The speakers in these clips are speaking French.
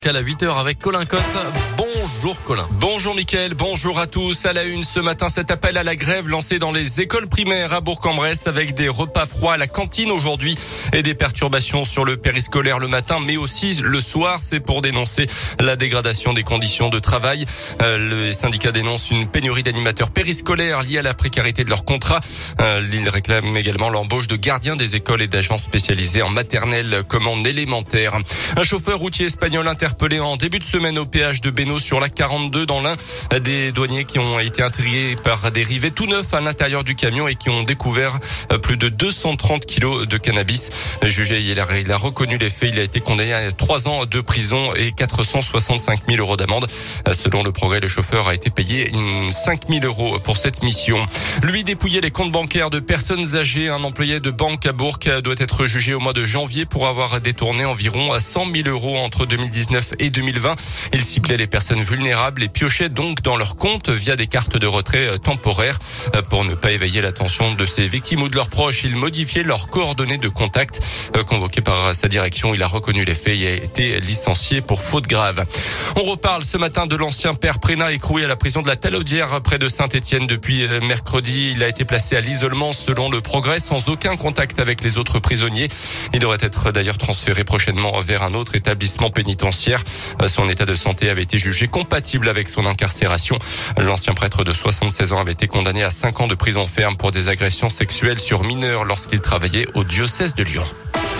À la 8h avec Colin Cotte. Bonjour Colin. Bonjour Mickaël, bonjour à tous. À la une ce matin, cet appel à la grève lancé dans les écoles primaires à Bourg-en-Bresse avec des repas froids à la cantine aujourd'hui et des perturbations sur le périscolaire le matin mais aussi le soir. C'est pour dénoncer la dégradation des conditions de travail. Les syndicats dénoncent une pénurie d'animateurs périscolaires liée à la précarité de leur contrat. Ils réclament également l'embauche de gardiens des écoles et d'agents spécialisés en maternelle comme en élémentaire. Un chauffeur routier espagnol interpellé en début de semaine au péage de Bénaud sur la 42 dans l'Ain. Des douaniers qui ont été intrigués par des rivets tout neufs à l'intérieur du camion et qui ont découvert plus de 230 kilos de cannabis. Jugé, il a reconnu les faits. Il a été condamné à 3 ans de prison et 465 000 euros d'amende. Selon Le Progrès, le chauffeur a été payé 5 000 euros pour cette mission. Lui dépouiller les comptes bancaires de personnes âgées. Un employé de banque à Bourg doit être jugé au mois de janvier pour avoir détourné environ 100 000 euros entre 2019 et 2020. Il ciblait les personnes vulnérables et piochait donc dans leurs comptes via des cartes de retrait temporaires. Pour ne pas éveiller l'attention de ses victimes ou de leurs proches, il modifiait leurs coordonnées de contact. Convoqué par sa direction, il a reconnu les faits et a été licencié pour faute grave. On reparle ce matin de l'ancien père Prénat écroué à la prison de la Talaudière près de Saint-Étienne depuis mercredi. Il a été placé à l'isolement selon Le Progrès sans aucun contact avec les autres prisonniers. Il devrait être d'ailleurs transféré prochainement vers un autre établissement pénitentiaire. Son état de santé avait été jugé compatible avec son incarcération. L'ancien prêtre de 76 ans avait été condamné à 5 ans de prison ferme pour des agressions sexuelles sur mineurs lorsqu'il travaillait au diocèse de Lyon.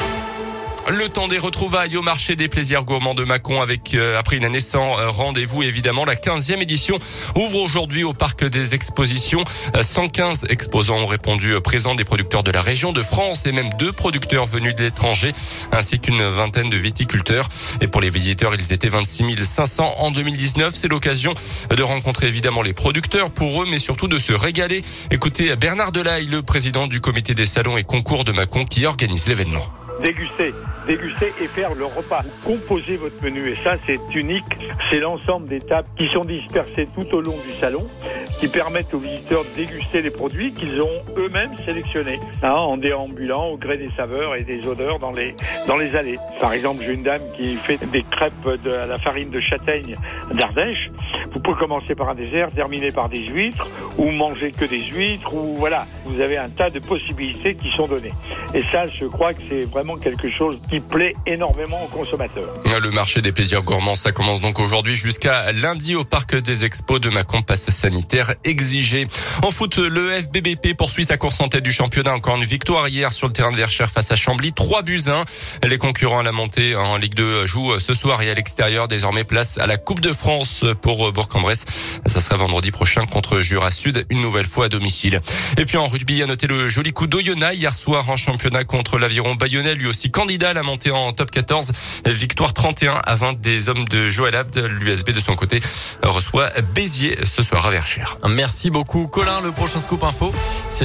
Le temps des retrouvailles au marché des plaisirs gourmands de Mâcon avec après une année sans rendez-vous évidemment. La 15e édition ouvre aujourd'hui au parc des expositions. 115 exposants ont répondu présents, des producteurs de la région de France et même 2 producteurs venus de l'étranger ainsi qu'une vingtaine de viticulteurs. Et pour les visiteurs, ils étaient 26 500 en 2019. C'est l'occasion de rencontrer évidemment les producteurs pour eux mais surtout de se régaler. Écoutez Bernard Delaille, le président du comité des salons et concours de Mâcon qui organise l'événement. Déguster et faire le repas. Vous composez votre menu et ça c'est unique. C'est l'ensemble des tables qui sont dispersées tout au long du salon qui permettent aux visiteurs de déguster les produits qu'ils ont eux-mêmes sélectionnés en déambulant au gré des saveurs et des odeurs dans les allées. Par exemple, j'ai une dame qui fait des crêpes à la farine de châtaigne d'Ardèche. Vous pouvez commencer par un dessert, terminer par des huîtres ou manger que des huîtres ou voilà. Vous avez un tas de possibilités qui sont données. Et ça, je crois que c'est vraiment quelque chose qui plaît énormément aux consommateurs. Le marché des plaisirs gourmands, ça commence donc aujourd'hui jusqu'à lundi au parc des expos de Mâcon. Passe sanitaire exigé. En foot, le FBBP poursuit sa course en tête du championnat. Encore une victoire hier sur le terrain de Verchères face à Chambly. 3-1. Les concurrents à la montée en Ligue 2 jouent ce soir et à l'extérieur. Désormais place à la Coupe de France pour Bourg-en-Bresse. Ça sera vendredi prochain contre Jura Sud, une nouvelle fois à domicile. Et puis en rugby, à noter le joli coup d'Oyonnax hier soir en championnat contre l'Aviron Bayonnais, lui aussi candidat à la montée en top 14. Victoire 31-20 des hommes de Joël Abd. L'USB de son côté reçoit Béziers ce soir à Verchères. Merci beaucoup Colin. Le prochain scoop info, c'est